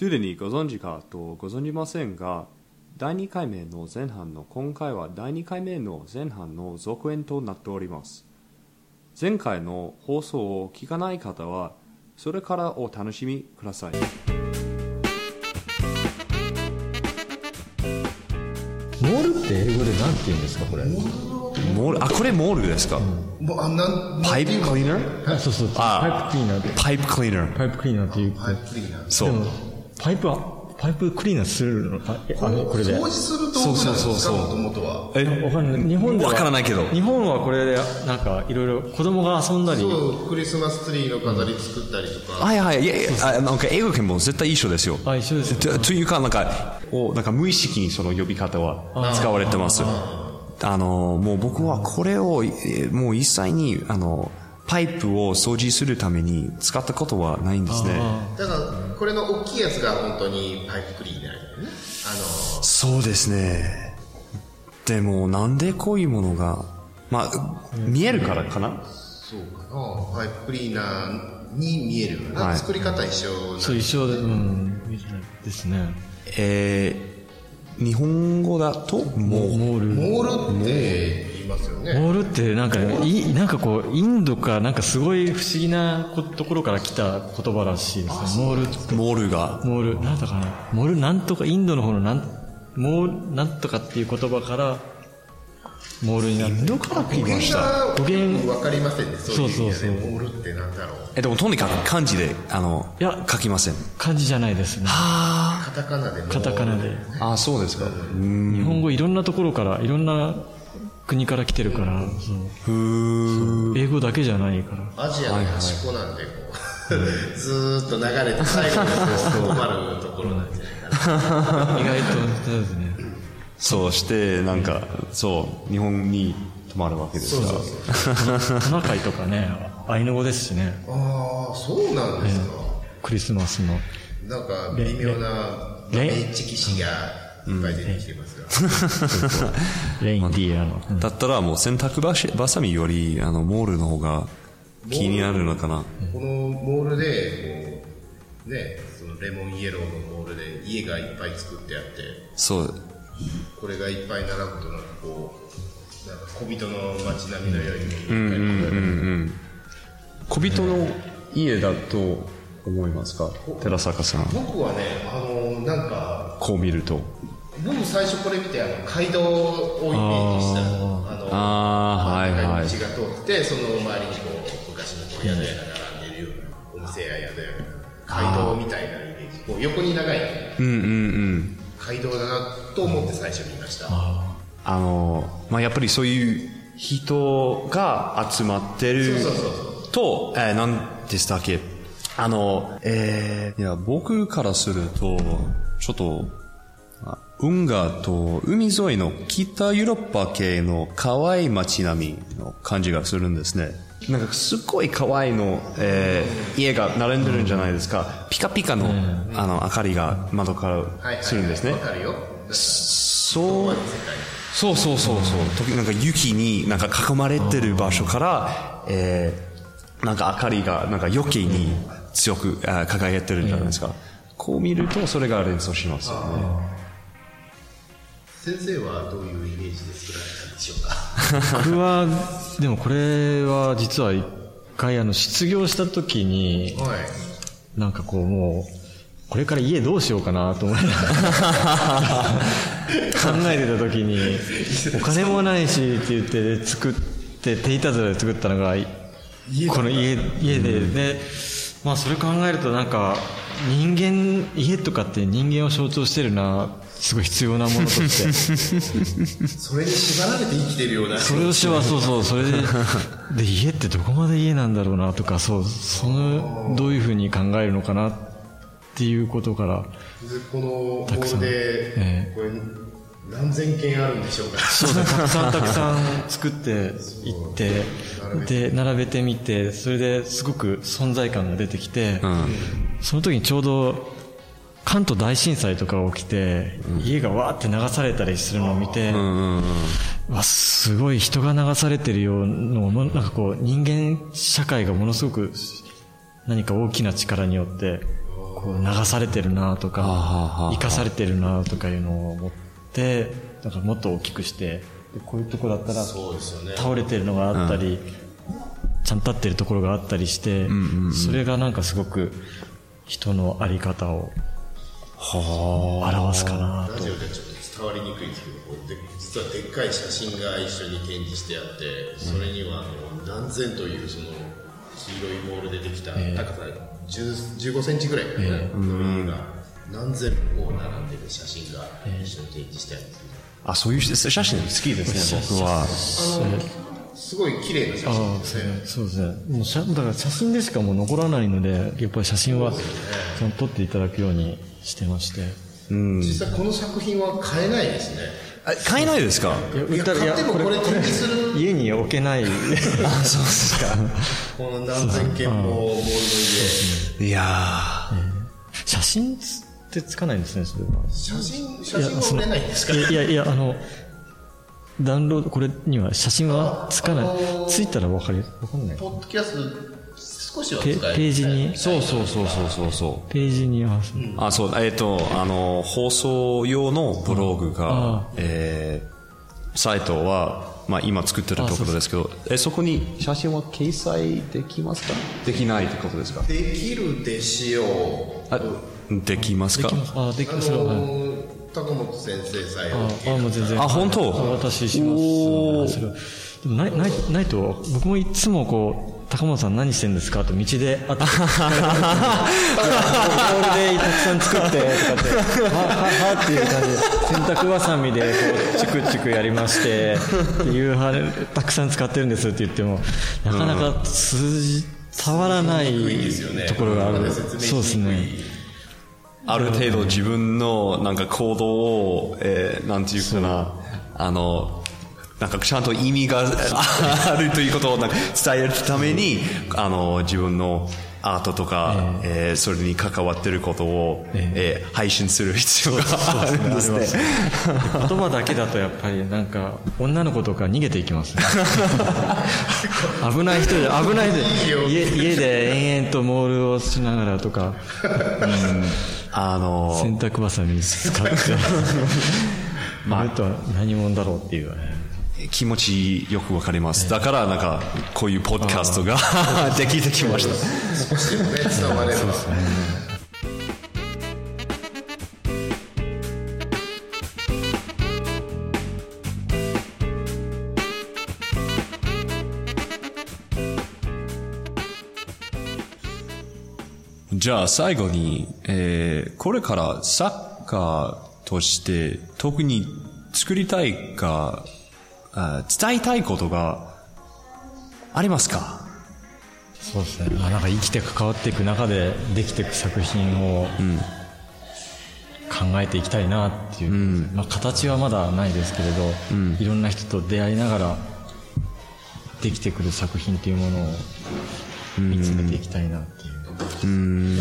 すでにご存知かとご存じませんが、第2回目の前半の今回は第2回目の前半の続編となっております。前回の放送を聞かない方はそれからお楽しみください。 モールって英語で何て言うんですかこれ。 モール、これモールですか、パイプクリーナー。 そうそう、パイプクリーナーで。 パイプクリーナー。 パイプクリーナーっていう。 パイプクリーナー。 そう。 でもパイプクリーナーするのこれで。 掃除する道具なんですか、もともとは。 わかんない。日本では。 わからないけど。 日本はこれで、なんか、いろいろ子供が遊んだり。 そう、クリスマスツリーの飾り作ったりとか。 はいはい。いや、なんか英語圏も絶対一緒ですよ。 一緒です。 というか、なんか無意識にその呼び方は使われてます。もう僕はこれを、もう一切に、パイプを掃除するために使ったことはないんですね。 だからこれの大きいやつが本当にパイプクリーナーだよね。 そうですね。でもなんでこういうものが、見えるからかな。 そうかな。パイプクリーナーに見えるよな、はい、作り方一緒なんそう一緒で、ですね。 日本語だとモールって言いますよね。 モールってなんかこうインドかなんかすごい不思議なところから来た言葉らしいですね。モールなんだかな。モールなんとかインドの方のなんとかっていう言葉からモールになって。インドから来ました。 語源わかりませんね。そういう意味でね。モールってなんだろう。 でもとにかく漢字で書きません。 漢字じゃないですね。 カタカナで。 あ、そうですか。 日本語いろんなところからいろんな国から来てるから、英語だけじゃないから。 アジアの端っこなんでこうずーっと流れて最後に止まるところなんじゃないかな。 意外とそうですね。 そうしてなんか日本に泊まるわけですが。 トナカイとかね、アイヌ語ですしね。 ああ、そうなんですか。 クリスマスのなんか微妙なメッチ騎士がいっぱい出てきてますが、 レインディアのだったらもう洗濯バサミよりモールの方が気になるのかな。 このモールでこうね、そのレモンイエローのモールで家がいっぱい作ってあって、 そうこれがいっぱい並ぶとなんかこうなんか小人の街並みのように小人の家だと思いますか、寺坂さん。 僕はね、なんかこう見ると僕最初これ見て街道をイメージした道が通ってその周りにこう昔の宿屋が並んでいるようなお店や宿屋が街道みたいなイメージ、こう横に長い街道だなと思って最初見ました。 やっぱりそういう人が集まってると、何でしたっけ、いや僕からするとちょっと運河と海沿いの北ヨーロッパ系の可愛い街並みの感じがするんですね。なんかすっごい可愛いの、家が並んでるんじゃないですか。ピカピカの、明かりが窓からするんですね。そうなんか雪になんか囲まれてる場所から、なんか明かりがなんか余計に強く輝いてるんじゃないですか。こう見るとそれが連想しますよね。 先生はどういうイメージで作られたんでしょうか。 僕はでもこれは実は一回失業した時に、なんかこうもうこれから家どうしようかなと思いながら考えてた時にお金もないしって言って作って手いたずらで作ったのがこの家で、それ考えるとなんか家とかって人間を象徴してるな、すごい必要なものとしてそれに縛られて生きてるような、 それをしてはそれで家ってどこまで家なんだろうなとか、どういうふうに考えるのかなっていうことから、 このモールで、これ何千件あるんでしょうか。 そうだ、たくさん作っていってで並べてみて、それですごく存在感が出てきて、その時にちょうど関東大震災とかが起きて、家がわーって流されたりするのを見て、すごい人が流されてるような、なんかこう人間社会がものすごく何か大きな力によってこう流されてるなとか生かされてるなとかいうのを思って、だからもっと大きくして、こういうとこだったら倒れてるのがあったり、ちゃんと立ってるところがあったりして、それがなんかすごく人の在り方を表すかなと。 ラジオでちょっと伝わりにくいんですけど、実はでっかい写真が一緒に展示してあって、それには何千というその黄色いボールでできた高さ15センチぐらいのドロが何千もこう並んでる写真が一緒に展示してあるんですけど、 そういう写真好きですね、僕は。 すごい綺麗な写真ですね。 そうですね。もうだから写真でしかもう残らないので、やっぱり写真はちゃんと撮っていただくようにしてまして。 実際この作品は買えないですね。 買えないですか？ いや、買ってもこれ展示する家に置けない。そうですか。 この何千件もボールの家。いや写真ってつかないんですね、それは。 写真は売れないんですか？ いや、ダウンロード、これには写真はつかない。ついたらわかんない。 ポッドキャスト少しは使える。 ページに。 そう。 ページには。 そう、放送用のブログが、サイトは、今作ってるところですけど、そこに写真は掲載できますか？できないってことですか？ できるでしょう。 できますか？ できます。 高本先生さえ。 もう全然。 本当？ お渡しします。でもないと、僕もいつもこう、高本さん何してんですかと道で会ってボールでたくさん作ってとかってはっていう感じで洗濯ばさみでこうチクチクやりましてっていうたくさん使ってるんですって言ってもなかなか伝わらないところがある。そうですね。 ある程度自分のなんか行動を、なんていうかな、なんかちゃんと意味があるということをなんか伝えるために、自分のアートとか、それに関わっていることを、配信する必要があるんですね。 言葉だけだとやっぱりなんか女の子とか逃げていきますね。危ない人で家で延々とモールをしながらとか、洗濯ばさみ使ってあれとは何者だろうっていうね。 気持ちよくわかります。だからなんかこういうポッドキャストができてきました。 少しでもね伝われば。 じゃあ最後に、これからサッカーとして特に作りたいか伝えたいことがありますか？ そうですね。なんか生きて関わっていく中でできていく作品を考えていきたいなっていう、形はまだないですけれど、いろんな人と出会いながらできてくる作品っていうものを見つめていきたいなっていう。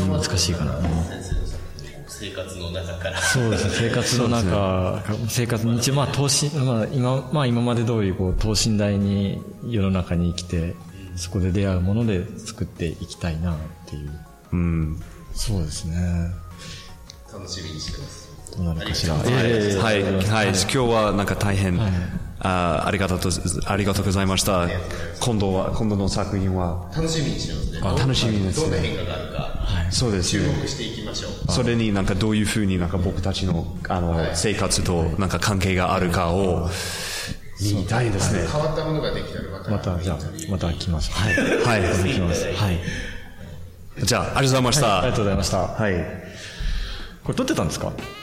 難しいかな。 生活の中から。 そうですね。生活の中、生活に一応今まで通りこう等身大に世の中に生きて、そこで出会うもので作っていきたいなっていう。そうですね。 楽しみにしてます。 どうなるかしら。 はい。今日はなんか大変、ありがとうございました。今度の作品は楽しみにしてますね。 楽しみですね。 どんな変化があるか。 そうですよ。 注目していきましょう。 それになんかどういうふうになんか僕たちの生活となんか関係があるかを見たいですね。 変わったものができたらまた来ます。はい。来ます。はい。 じゃあありがとうございました。 ありがとうございました。はい。これ撮ってたんですか？